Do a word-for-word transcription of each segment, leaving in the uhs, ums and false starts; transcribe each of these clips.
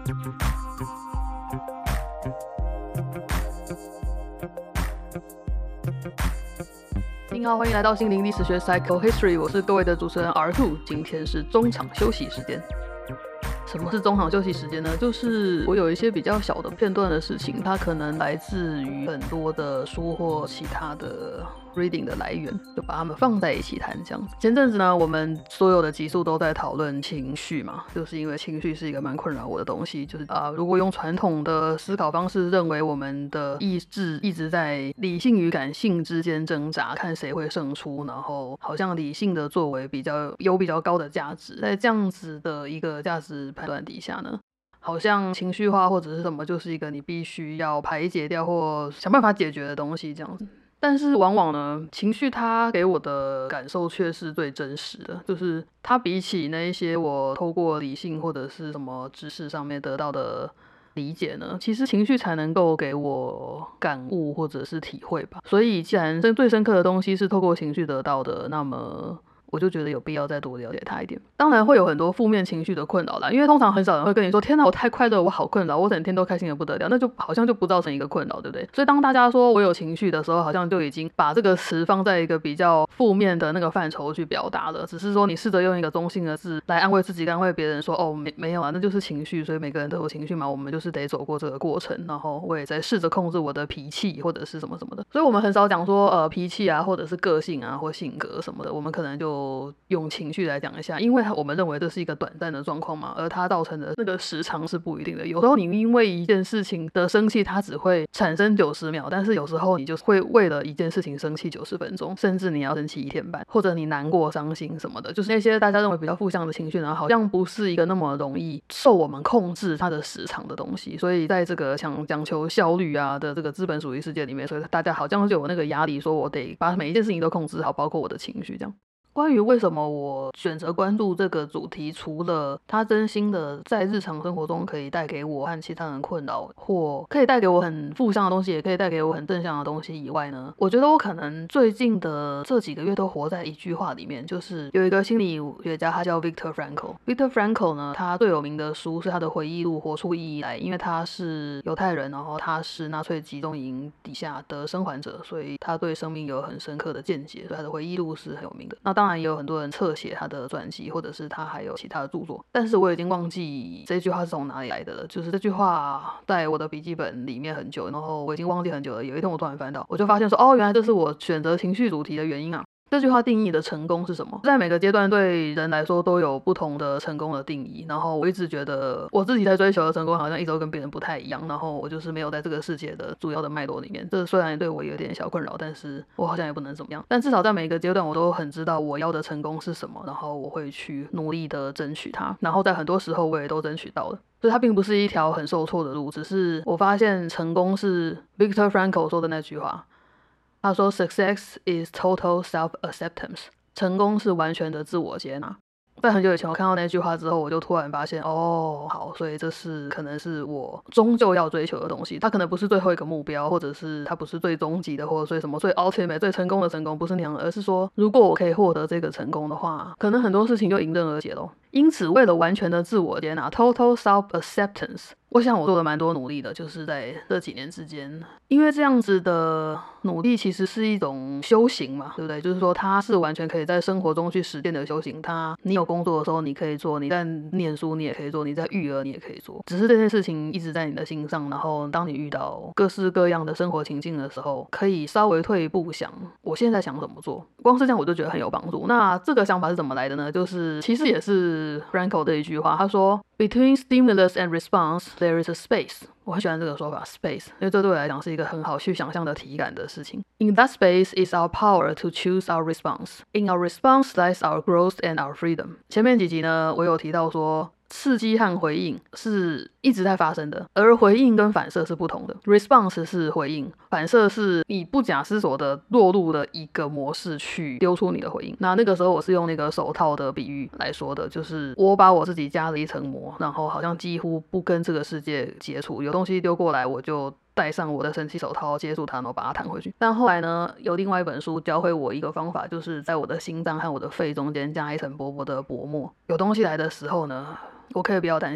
您好，欢迎来到心灵历史学 Psycho History， 我是各位的主持人 R 二， 今天是中场休息时间。什么是中场休息时间呢？就是我有一些比较小的片段的事情，它可能来自于很多的书或其他的 reading 的来源，就把它们放在一起谈这样子。前阵子呢，我们所有的集数都在讨论情绪嘛，就是因为情绪是一个蛮困扰我的东西。就是啊、呃，如果用传统的思考方式认为我们的意志一直在理性与感性之间挣扎，看谁会胜出，然后好像理性的作为比较有比较高的价值，在这样子的一个价值判断底下呢，好像情绪化或者是什么就是一个你必须要排解掉或想办法解决的东西这样子。但是往往呢，情绪它给我的感受却是最真实的，就是它比起那一些我透过理性或者是什么知识上面得到的理解呢，其实情绪才能够给我感悟或者是体会吧。所以既然最深刻的东西是透过情绪得到的，那么我就觉得有必要再多了解它一点。当然会有很多负面情绪的困扰啦，因为通常很少人会跟你说天哪我太快乐，我好困扰，我整天都开心的不得了，那就好像就不造成一个困扰，对不对？所以当大家说我有情绪的时候，好像就已经把这个词放在一个比较负面的那个范畴去表达了。只是说你试着用一个中性的字来安慰自己安慰别人说哦 没, 没有啊，那就是情绪，所以每个人都有情绪嘛，我们就是得走过这个过程，然后我也在试着控制我的脾气或者是什么什么的。所以我们很少讲说呃脾气啊或者是个性啊或性格什么的，我们可能就用情绪来讲一下，因为我们认为这是一个短暂的状况嘛，而它造成的那个时长是不一定的。有时候你因为一件事情的生气，它只会产生九十秒，但是有时候你就会为了一件事情生气九十分钟，甚至你要生气一天半，或者你难过、伤心什么的，就是那些大家认为比较负向的情绪呢，好像不是一个那么容易受我们控制它的时长的东西。所以在这个想讲求效率啊的这个资本主义世界里面，所以大家好像就有那个压力，说我得把每一件事情都控制好，包括我的情绪这样。关于为什么我选择关注这个主题，除了它真心的在日常生活中可以带给我和其他人困扰，或可以带给我很负向的东西，也可以带给我很正向的东西以外呢，我觉得我可能最近的这几个月都活在一句话里面，就是有一个心理学家，他叫 Viktor Frankl。 Viktor Frankl 呢，他最有名的书是他的回忆录《活出意义来》，因为他是犹太人，然后他是纳粹集中营底下的生还者，所以他对生命有很深刻的见解，所以他的回忆录是很有名的。那当然也有很多人侧写他的传记，或者是他还有其他的著作，但是我已经忘记这句话是从哪里来的了。就是这句话在我的笔记本里面很久，然后我已经忘记很久了。有一天我突然翻到，我就发现说哦，原来这是我选择情绪主题的原因啊。这句话定义的成功是什么？在每个阶段对人来说都有不同的成功的定义，然后我一直觉得我自己在追求的成功好像一直都跟别人不太一样，然后我就是没有在这个世界的主要的脉络里面。这虽然对我有点小困扰，但是我好像也不能怎么样。但至少在每个阶段我都很知道我要的成功是什么，然后我会去努力的争取它，然后在很多时候我也都争取到了。所以它并不是一条很受挫的路，只是我发现成功是 Viktor Frankl 说的那句话，他说 Success is total self-acceptance， 成功是完全的自我接纳。在很久以前我看到那句话之后，我就突然发现哦好，所以这是可能是我终究要追求的东西。它可能不是最后一个目标，或者是它不是最终极的，或者所以什么最 ultimate 最成功的成功，不是那样的，而是说如果我可以获得这个成功的话，可能很多事情就迎刃而解咯。因此为了完全的自我接纳 total self-acceptance， 我想我做了蛮多努力的，就是在这几年之间。因为这样子的努力其实是一种修行嘛，对不对？就是说它是完全可以在生活中去实践的修行。它你有工作的时候你可以做，你在念书你也可以做，你在育儿你也可以做，只是这件事情一直在你的心上，然后当你遇到各式各样的生活情境的时候，可以稍微退一步想我现在想怎么做，光是这样我就觉得很有帮助。那这个想法是怎么来的呢？就是其实也是 Frankl 的一句话，他说 Between stimulus and response there is a space。 我很喜欢这个说法 space， 因为这对我来讲是一个很好去想象的体感的事情。 In that space is our power to choose our response. In our response lies our growth and our freedom。 前面几集呢我有提到说刺激和回应是一直在发生的，而回应跟反射是不同的。 Response 是回应，反射是你不假思索的落入了一个模式去丢出你的回应。那那个时候我是用那个手套的比喻来说的，就是我把我自己加了一层膜，然后好像几乎不跟这个世界接触，有东西丢过来我就戴上我的神奇手套接住它，然后把它弹回去。但后来呢有另外一本书教会我一个方法，就是在我的心脏和我的肺中间加一层薄薄的薄膜，有东西来的时候呢我可以不要担心，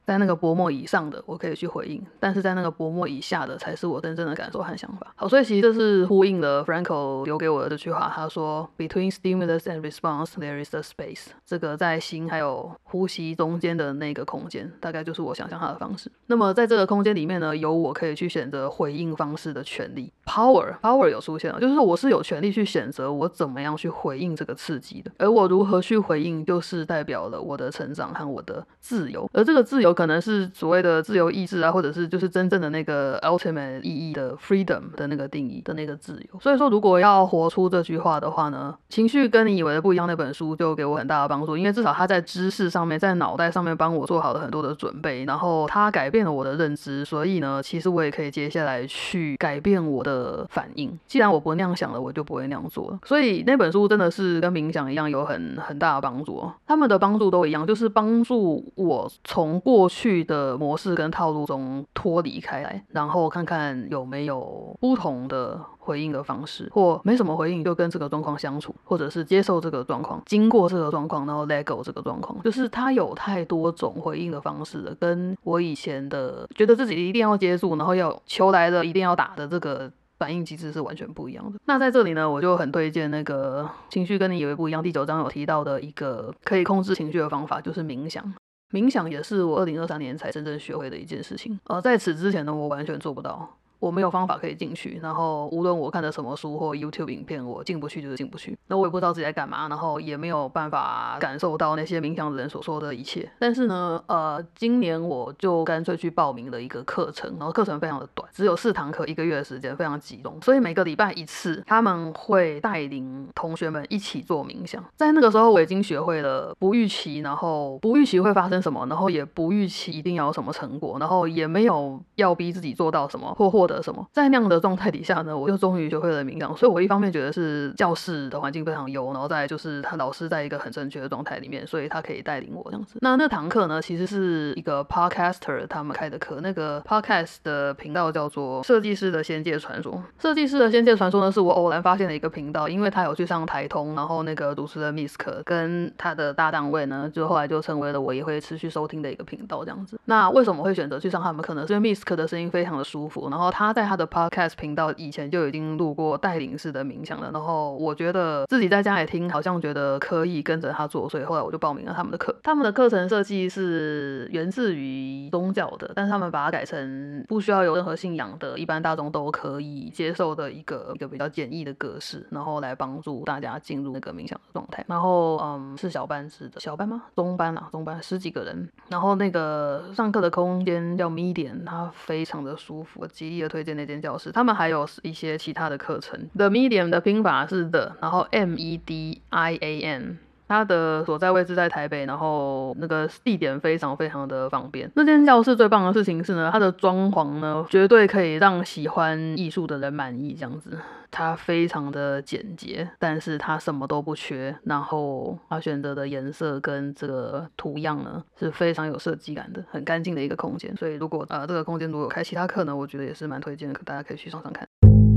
在那个薄膜以上的我可以去回应，但是在那个薄膜以下的才是我真正的感受和想法。好，所以其实这是呼应了 Franco 留给我的这句话，他说 Between stimulus and response there is a space， 这个在心还有呼吸中间的那个空间，大概就是我想象它的方式。那么在这个空间里面呢，有我可以去选择回应方式的权利。 Power Power 有出现了，就是我是有权利去选择我怎么样去回应这个刺激的，而我如何去回应就是代表了我的成长和我的自由，而这个自由可能是所谓的自由意志啊，或者是就是真正的那个 ultimate 意义的 freedom 的那个定义的那个自由。所以说如果要活出这句话的话呢，情绪跟你以为的不一样那本书就给我很大的帮助，因为至少它在知识上面在脑袋上面帮我做好了很多的准备，然后它改变了我的认知，所以呢其实我也可以接下来去改变我的反应。既然我不那样想了，我就不会那样做了。所以那本书真的是跟冥想一样有很很大的帮助，他们的帮助都一样，就是帮助我从过去的模式跟套路中脱离开来，然后看看有没有不同的回应的方式，或没什么回应就跟这个状况相处，或者是接受这个状况，经过这个状况然后 let go 这个状况。就是它有太多种回应的方式了，跟我以前的觉得自己一定要接住，然后要球来了一定要打的这个反应机制是完全不一样的。那在这里呢，我就很推荐那个情绪跟你以为不一样第九章有提到的一个可以控制情绪的方法，就是冥想。冥想也是我二零二三年才真正学会的一件事情，呃，在此之前呢，我完全做不到。我没有方法可以进去，然后无论我看的什么书或 YouTube 影片，我进不去就是进不去。那我也不知道自己在干嘛，然后也没有办法感受到那些冥想的人所说的一切。但是呢，呃，今年我就干脆去报名了一个课程，然后课程非常的短，只有四堂课，一个月的时间，非常集中。所以每个礼拜一次，他们会带领同学们一起做冥想。在那个时候，我已经学会了不预期，然后不预期会发生什么，然后也不预期一定要有什么成果，然后也没有要逼自己做到什么或获得什么。在那样的状态底下呢，我就终于学会了冥想。所以我一方面觉得是教室的环境非常优，然后再来就是他老师在一个很正确的状态里面，所以他可以带领我这样子。那那堂课呢，其实是一个 podcaster 他们开的课，那个 podcast 的频道叫做设计师的仙界传说。设计师的仙界传说呢，是我偶然发现的一个频道，因为他有去上台通，然后那个主持人 Misk 跟他的搭档位呢，就后来就成为了我也会持续收听的一个频道这样子。那为什么会选择去上他们课呢？是因为 Misk 的声音非常的舒服，然后他在他的 podcast 频道以前就已经录过带领式的冥想了，然后我觉得自己在家里听好像觉得可以跟着他做，所以后来我就报名了他们的课。他们的课程设计是源自于宗教的，但是他们把它改成不需要有任何信仰的一般大众都可以接受的一个一个比较简易的格式，然后来帮助大家进入那个冥想的状态。然后嗯，是小班制的，小班吗？中班啦，中班十几个人。然后那个上课的空间叫 Medium， 它非常的舒服，我极力的推荐那间教室。他们还有一些其他的课程。The Medium 的拼法是的，然后 M E D I A M。它的所在位置在台北，然后那个地点非常非常的方便。那间教室最棒的事情是呢，它的装潢呢绝对可以让喜欢艺术的人满意这样子。它非常的简洁，但是它什么都不缺，然后它选择的颜色跟这个图样呢是非常有设计感的，很干净的一个空间。所以如果呃这个空间如果有开其他课呢，我觉得也是蛮推荐的，大家可以去上上看。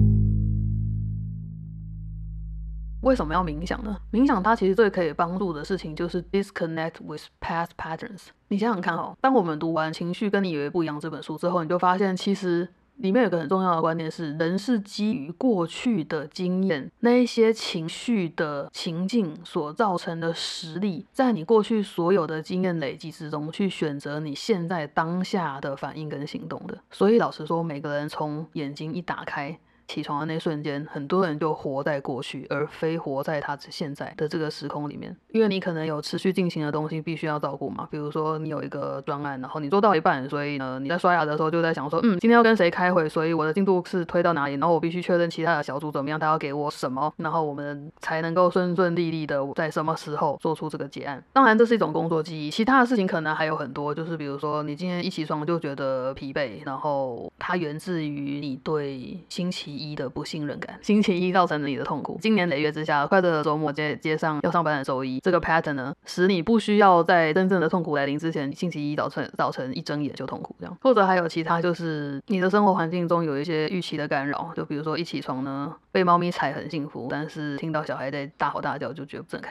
为什么要冥想呢？冥想它其实最可以帮助的事情就是 disconnect with past patterns。你想想看哦，当我们读完《情绪跟你以为不一样》这本书之后，你就发现其实里面有个很重要的观念是，人是基于过去的经验，那一些情绪的情境所造成的实力，在你过去所有的经验累积之中，去选择你现在当下的反应跟行动的。所以老实说，每个人从眼睛一打开起床的那瞬间，很多人就活在过去，而非活在他现在的这个时空里面。因为你可能有持续进行的东西必须要照顾嘛，比如说你有一个专案，然后你做到一半，所以呢你在刷牙的时候就在想说，嗯，今天要跟谁开会，所以我的进度是推到哪里，然后我必须确认其他的小组怎么样，他要给我什么，然后我们才能够顺顺利利的在什么时候做出这个结案。当然这是一种工作记忆，其他的事情可能还有很多，就是比如说你今天一起床就觉得疲惫，然后它源自于你对星期一的不信任感，星期一造成了你的痛苦。今年累月之下，快乐的周末接接上要上班的周一，这个 pattern 呢，使你不需要在真正的痛苦来临之前，星期一早晨早晨一睁眼就痛苦这样。或者还有其他，就是你的生活环境中有一些预期的干扰，就比如说一起床呢被猫咪踩很幸福，但是听到小孩在大吼大叫就觉得不是很开心。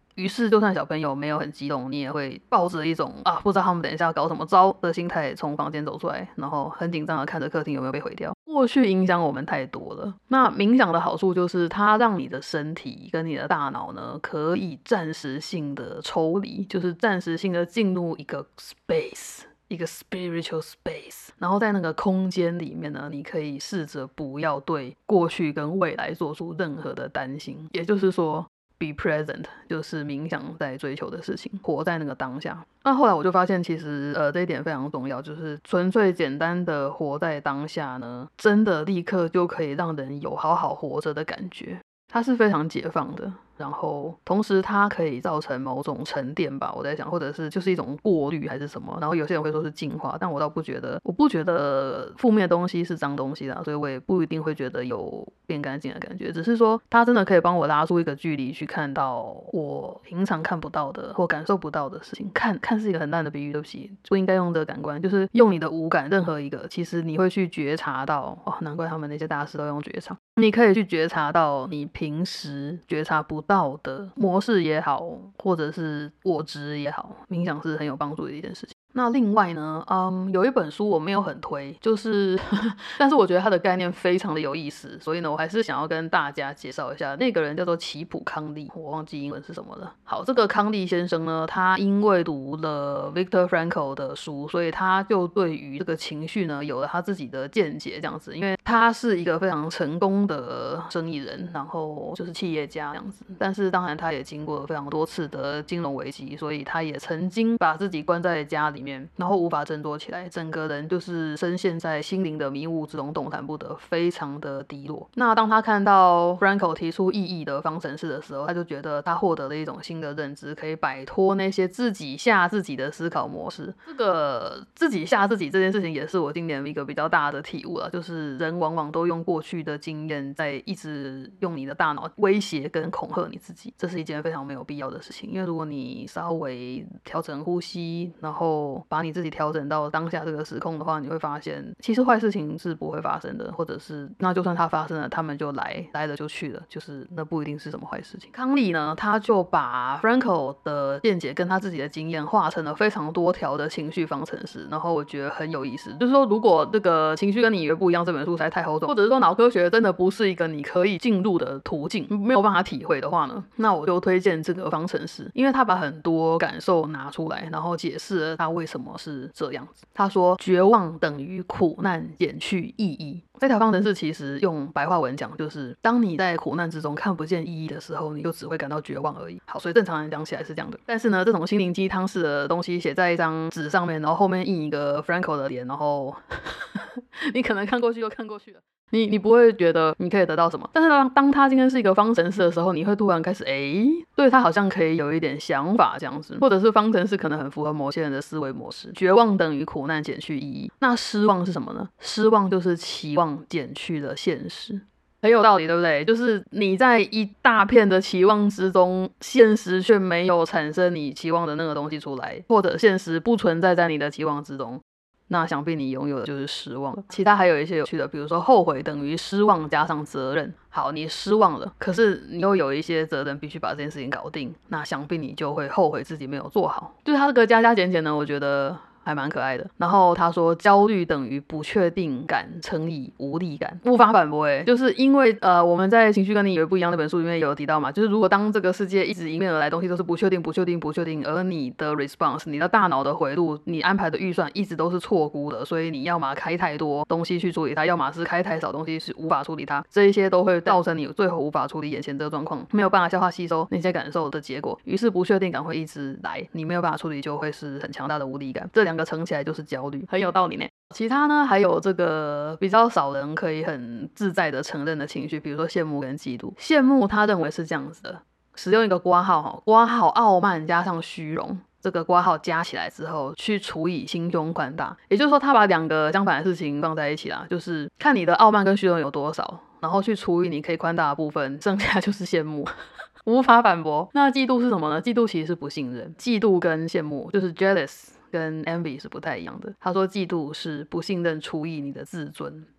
于是就算小朋友没有很激动，你也会抱着一种啊不知道他们等一下要搞什么招的心态从房间走出来，然后很紧张的看着客厅有没有被毁掉。过去影响我们太多了。那冥想的好处就是它让你的身体跟你的大脑呢可以暂时性的抽离，就是暂时性的进入一个 space，一个 spiritual space， 然后在那个空间里面呢，你可以试着不要对过去跟未来做出任何的担心，也就是说be present 就是冥想在追求的事情，活在那个当下。那后来我就发现其实呃这一点非常重要，就是纯粹简单的活在当下呢，真的立刻就可以让人有好好活着的感觉，它是非常解放的，然后同时它可以造成某种沉淀吧，我在想，或者是就是一种过滤还是什么，然后有些人会说是净化，但我倒不觉得，我不觉得负面的东西是脏东西啦，所以我也不一定会觉得有变干净的感觉，只是说它真的可以帮我拉出一个距离去看到我平常看不到的或感受不到的事情。看看是一个很烂的比喻，对不起，不应该用的感官，就是用你的五感任何一个，其实你会去觉察到，哦，难怪他们那些大师都用觉察，你可以去觉察到你平时觉察不到的模式也好，或者是我执也好，冥想是很有帮助的一件事情。那另外呢，嗯，有一本书我没有很推，就是但是我觉得它的概念非常的有意思，所以呢我还是想要跟大家介绍一下。那个人叫做奇普康利，我忘记英文是什么了。好，这个康利先生呢，他因为读了 Viktor Frankl 的书，所以他就对于这个情绪呢有了他自己的见解，这样子。因为他是一个非常成功的生意人，然后就是企业家这样子，但是当然他也经过了非常多次的金融危机，所以他也曾经把自己关在家里面，然后无法振作起来，整个人就是深陷在心灵的迷雾之中，动弹不得，非常的低落。那当他看到 Frankl 提出意义的方程式的时候，他就觉得他获得了一种新的认知，可以摆脱那些自己吓自己的思考模式。这个自己吓自己这件事情也是我今年一个比较大的体悟了，就是人往往都用过去的经验在一直用你的大脑威胁跟恐吓你自己，这是一件非常没有必要的事情。因为如果你稍微调整呼吸，然后把你自己调整到当下这个时空的话，你会发现其实坏事情是不会发生的，或者是那就算它发生了，他们就来来了就去了，就是那不一定是什么坏事情。康利呢，他就把 Frankl 的见解跟他自己的经验画成了非常多条的情绪方程式，然后我觉得很有意思。就是说如果这个情绪跟你以为不一样这本书实在太厚重，或者是说脑科学真的不是一个你可以进入的途径，没有办法体会的话呢，那我就推荐这个方程式，因为他把很多感受拿出来，然后解释了他为什么是这样子。他说绝望等于苦难减去意义，这条方程式其实用白话文讲就是当你在苦难之中看不见意义的时候，你就只会感到绝望而已。好，所以正常人讲起来是这样的，但是呢这种心灵鸡汤式的东西写在一张纸上面，然后后面印一个 Frankl 的脸，然后你可能看过去又看过去了，你你不会觉得你可以得到什么。但是当当他今天是一个方程式的时候，你会突然开始诶对他好像可以有一点想法这样子，或者是方程式可能很符合某些人的思维模式。绝望等于苦难减去意义，那失望是什么呢？失望就是期望减去了现实。很有道理，对不对？就是你在一大片的期望之中，现实却没有产生你期望的那个东西出来，或者现实不存在在你的期望之中，那想必你拥有的就是失望。其他还有一些有趣的，比如说后悔等于失望加上责任。好，你失望了，可是你又有一些责任必须把这件事情搞定，那想必你就会后悔自己没有做好。就是他这个加加减减呢，我觉得还蛮可爱的。然后他说焦虑等于不确定感乘以无力感，无法反驳耶，就是因为呃我们在情绪跟你以为不一样那本书里面有提到嘛，就是如果当这个世界一直迎面而来的东西都是不确定不确定不确定，而你的 response 你的大脑的回路你安排的预算一直都是错估的，所以你要么开太多东西去处理它，要么是开太少东西是无法处理它，这一些都会造成你最后无法处理眼前这个状况，没有办法消化吸收那些感受的结果，于是不确定感会一直来，你没有办法处理就会是很强大的无力感，这两个乘起来就是焦虑，很有道理呢。其他呢还有这个比较少人可以很自在的承认的情绪，比如说羡慕跟嫉妒。羡慕他认为是这样子的，使用一个括号，括号傲慢加上虚荣，这个括号加起来之后去除以心胸宽大，也就是说他把两个相反的事情放在一起啦，就是看你的傲慢跟虚荣有多少，然后去除以你可以宽大的部分，剩下就是羡慕无法反驳。那嫉妒是什么呢？嫉妒其实是不信任，嫉妒跟羡慕就是 jealous跟 envy 是不太一样的。他说嫉妒是不信任除以你的自尊，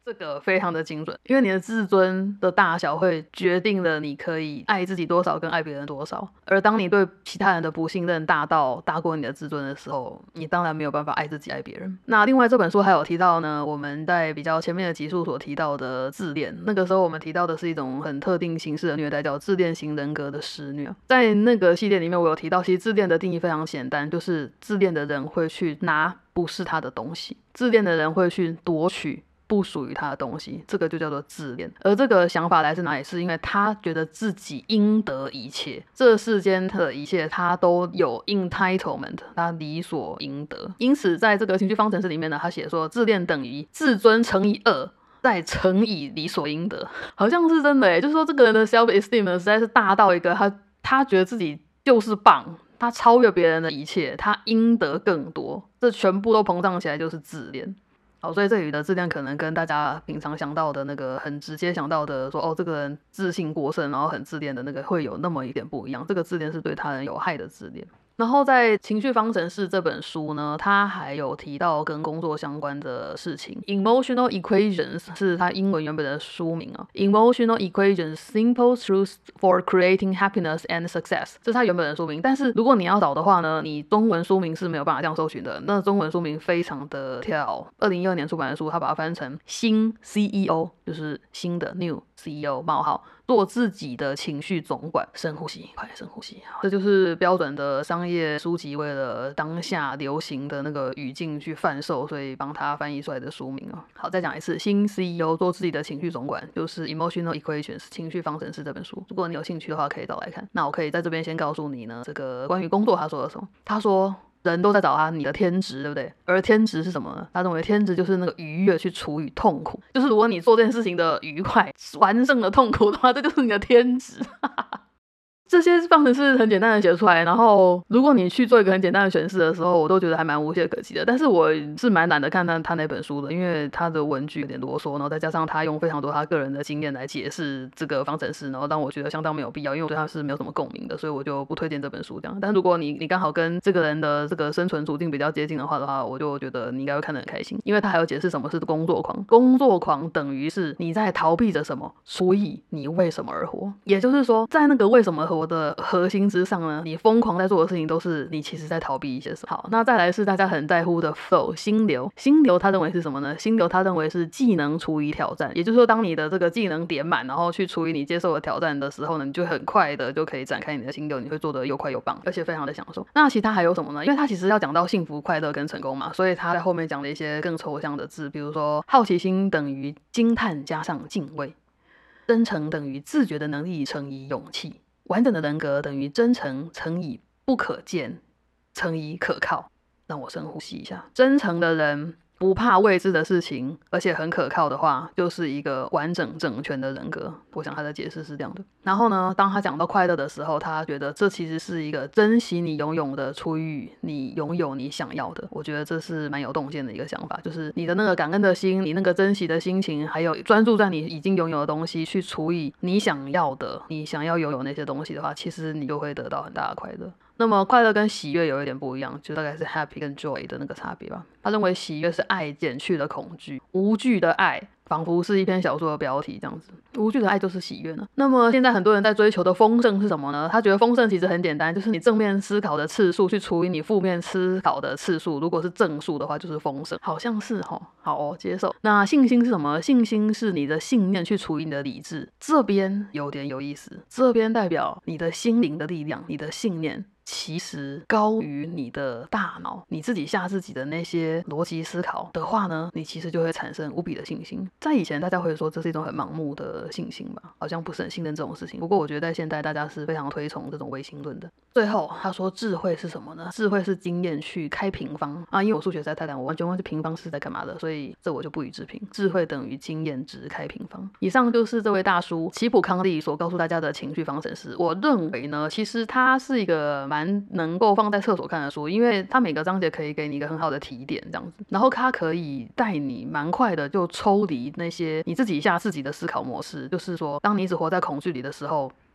这个非常的精准，因为你的自尊的大小会决定了你可以爱自己多少跟爱别人多少，而当你对其他人的不信任大到大过你的自尊的时候，你当然没有办法爱自己爱别人。那另外这本书还有提到呢，我们在比较前面的集数所提到的自恋，那个时候我们提到的是一种很特定形式的虐待，叫自恋型人格的施虐。在那个系列里面我有提到，其实自恋的定义非常简单，就是自恋的人会去拿不是他的东西，自恋的人会去夺取不属于他的东西，这个就叫做自恋。而这个想法来自哪里？是因为他觉得自己应得一切，这世间的一切他都有 entitlement， 他理所应得。因此在这个情绪方程式里面呢，他写说自恋等于自尊乘以二再乘以理所应得，好像是真的耶，就是说这个人的 self esteem 呢实在是大到一个他他觉得自己就是棒，他超越别人的一切，他应得更多，这全部都膨胀起来就是自恋。好，所以这里的自恋可能跟大家平常想到的那个很直接想到的说哦这个人自信过剩然后很自恋的那个会有那么一点不一样，这个自恋是对他人有害的自恋。然后在情绪方程式这本书呢，它还有提到跟工作相关的事情。 Emotional Equations 是它英文原本的书名啊 Emotional Equations Simple Truths for Creating Happiness and Success， 这是它原本的书名。但是如果你要找的话呢，你中文书名是没有办法这样搜寻的，那中文书名非常的跳。二零一二年出版的书，它把它翻成新 C E O， 就是新的 New C E O 冒号做自己的情绪总管。深呼吸，快深呼吸。这就是标准的商业书籍为了当下流行的那个语境去贩售，所以帮他翻译出来的书名哦。好，再讲一次，新 C E O 做自己的情绪总管，就是 Emotional Equations 情绪方程式这本书。如果你有兴趣的话，可以找来看。那我可以在这边先告诉你呢，这个关于工作他说了什么。他说人都在找他你的天职，对不对？而天职是什么呢？他认为天职就是那个愉悦去除以痛苦，就是如果你做这件事情的愉快完胜了痛苦的话，这就是你的天职。这些方程式很简单的写出来，然后如果你去做一个很简单的诠释的时候，我都觉得还蛮无懈可击的。但是我是蛮懒得看他他那本书的，因为他的文句有点啰嗦，然后再加上他用非常多他个人的经验来解释这个方程式，然后让我觉得相当没有必要，因为我对他是没有什么共鸣的，所以我就不推荐这本书这样。但如果你你刚好跟这个人的这个生存处境比较接近的话的话，我就觉得你应该会看得很开心，因为他还有解释什么是工作狂。工作狂等于是你在逃避着什么，所以你为什么而活。也就是说，在那个为什么而活的核心之上呢，你疯狂在做的事情都是你其实在逃避一些什么。好，那再来是大家很在乎的 flow 心流。心流他认为是什么呢？心流他认为是技能除以挑战，也就是说当你的这个技能点满，然后去除以你接受的挑战的时候呢，你就很快的就可以展开你的心流，你会做得又快又棒，而且非常的享受。那其他还有什么呢？因为他其实要讲到幸福快乐跟成功嘛，所以他在后面讲了一些更抽象的字，比如说好奇心等于惊叹加上敬畏，真诚等于自觉的能力乘以勇气，完整的人格等于真诚乘以不可见乘以可靠。让我深呼吸一下。真诚的人不怕未知的事情，而且很可靠的话，就是一个完整整全的人格。我想他的解释是这样的。然后呢，当他讲到快乐的时候，他觉得这其实是一个珍惜你拥有的出于你拥有你想要的。我觉得这是蛮有洞见的一个想法，就是你的那个感恩的心，你那个珍惜的心情，还有专注在你已经拥有的东西去除以你想要的，你想要拥有那些东西的话，其实你就会得到很大的快乐。那么快乐跟喜悦有一点不一样，就大概是 happy 跟 joy 的那个差别吧。他认为喜悦是爱减去了恐惧，无惧的爱仿佛是一篇小说的标题这样子，无惧的爱就是喜悦呢。那么现在很多人在追求的丰盛是什么呢？他觉得丰盛其实很简单，就是你正面思考的次数去除以你负面思考的次数，如果是正数的话就是丰盛，好像是齁。好哦，接受。那信心是什么？信心是你的信念去除以你的理智，这边有点有意思，这边代表你的心灵的力量，你的信念其实高于你的大脑，你自己下自己的那些逻辑思考的话呢，你其实就会产生无比的信心。在以前大家会说这是一种很盲目的信心吧，好像不是很信任这种事情。不过我觉得在现代大家是非常推崇这种唯心论的。最后他说智慧是什么呢？智慧是经验去开平方啊，因为我数学实在太烂，我完全忘记平方是在干嘛的，所以这我就不予置评。智慧等于经验值开平方。以上就是这位大叔齐普康利所告诉大家的情绪方程式。我认为呢，其实它是一个蛮能够放在厕所看的书，因为它每个章节可以给你一个很好的提点这样子，然后它可以带你蛮快的就抽离那些你自己一下自己的思考模式，就是说当你一直活在恐惧里的时候，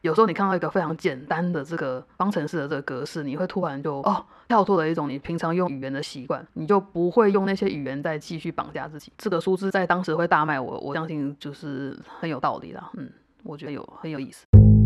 有时候你看到一个非常简单的这个方程式的这个格式，你会突然就哦跳脱了一种你平常用语言的习惯，你就不会用那些语言再继续绑架自己。这个数字在当时会大卖，我我相信就是很有道理啦。嗯，我觉得有很有意思。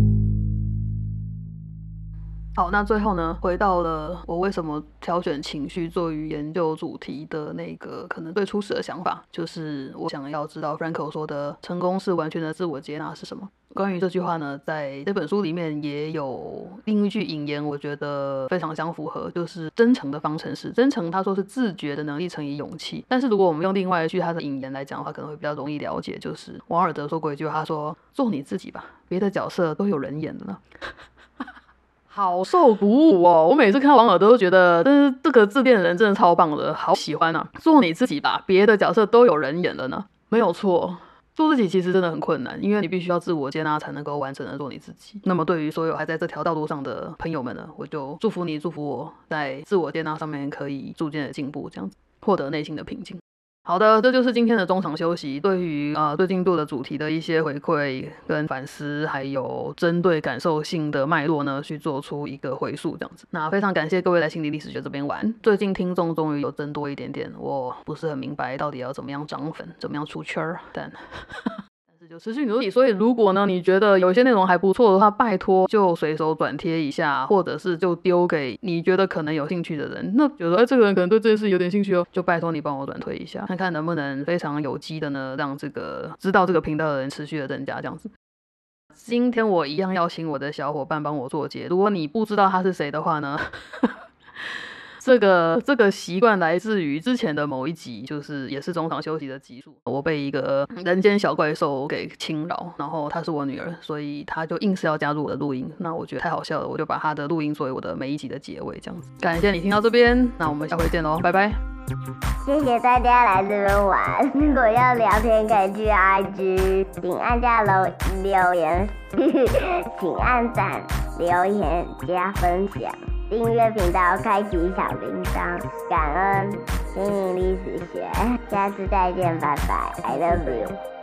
好，那最后呢，回到了我为什么挑选情绪作为研究主题的那个可能最初始的想法，就是我想要知道 Frankl 说的成功是完全的自我接纳是什么。关于这句话呢，在这本书里面也有另一句引言，我觉得非常相符合，就是真诚的方程式。真诚他说是自觉的能力乘以勇气，但是如果我们用另外一句他的引言来讲的话，可能会比较容易了解，就是王尔德说过一句话，他说做你自己吧，别的角色都有人演的呢。好受鼓舞哦！我每次看到王尔德都觉得，但是这个自恋的人真的超棒的，好喜欢啊！做你自己吧，别的角色都有人演了呢。没有错，做自己其实真的很困难，因为你必须要自我接纳才能够完整的做你自己。那么对于所有还在这条道路上的朋友们呢，我就祝福你，祝福我在自我接纳上面可以逐渐的进步，这样子获得内心的平静。好的，这就是今天的中场休息。对于呃最近度的主题的一些回馈跟反思，还有针对感受性的脉络呢，去做出一个回溯，这样子。那非常感谢各位来心理历史学这边玩。最近听众终于有增多一点点，我不是很明白到底要怎么样涨粉，怎么样出圈，但。但是就持续努力，所以如果呢你觉得有些内容还不错的话，拜托就随手转贴一下，或者是就丢给你觉得可能有兴趣的人。那觉得哎这个人可能对这件事有点兴趣哦，就拜托你帮我转推一下，看看能不能非常有机的呢，让这个知道这个频道的人持续的增加这样子。今天我一样邀请我的小伙伴帮我做结，如果你不知道他是谁的话呢这个这个习惯来自于之前的某一集，就是也是中场休息的集数，我被一个人间小怪兽给侵扰，然后她是我女儿，所以她就硬是要加入我的录音，那我觉得太好笑了，我就把她的录音作为我的每一集的结尾这样子。感谢你听到这边，那我们下回见咯，拜拜。 谢谢大家来这边玩，如果要聊天可以去 I G， 请按下留留言请按赞留言加分享，订阅频道，开启小铃铛，感恩心灵历史学，下次再见，拜拜 ，I love you。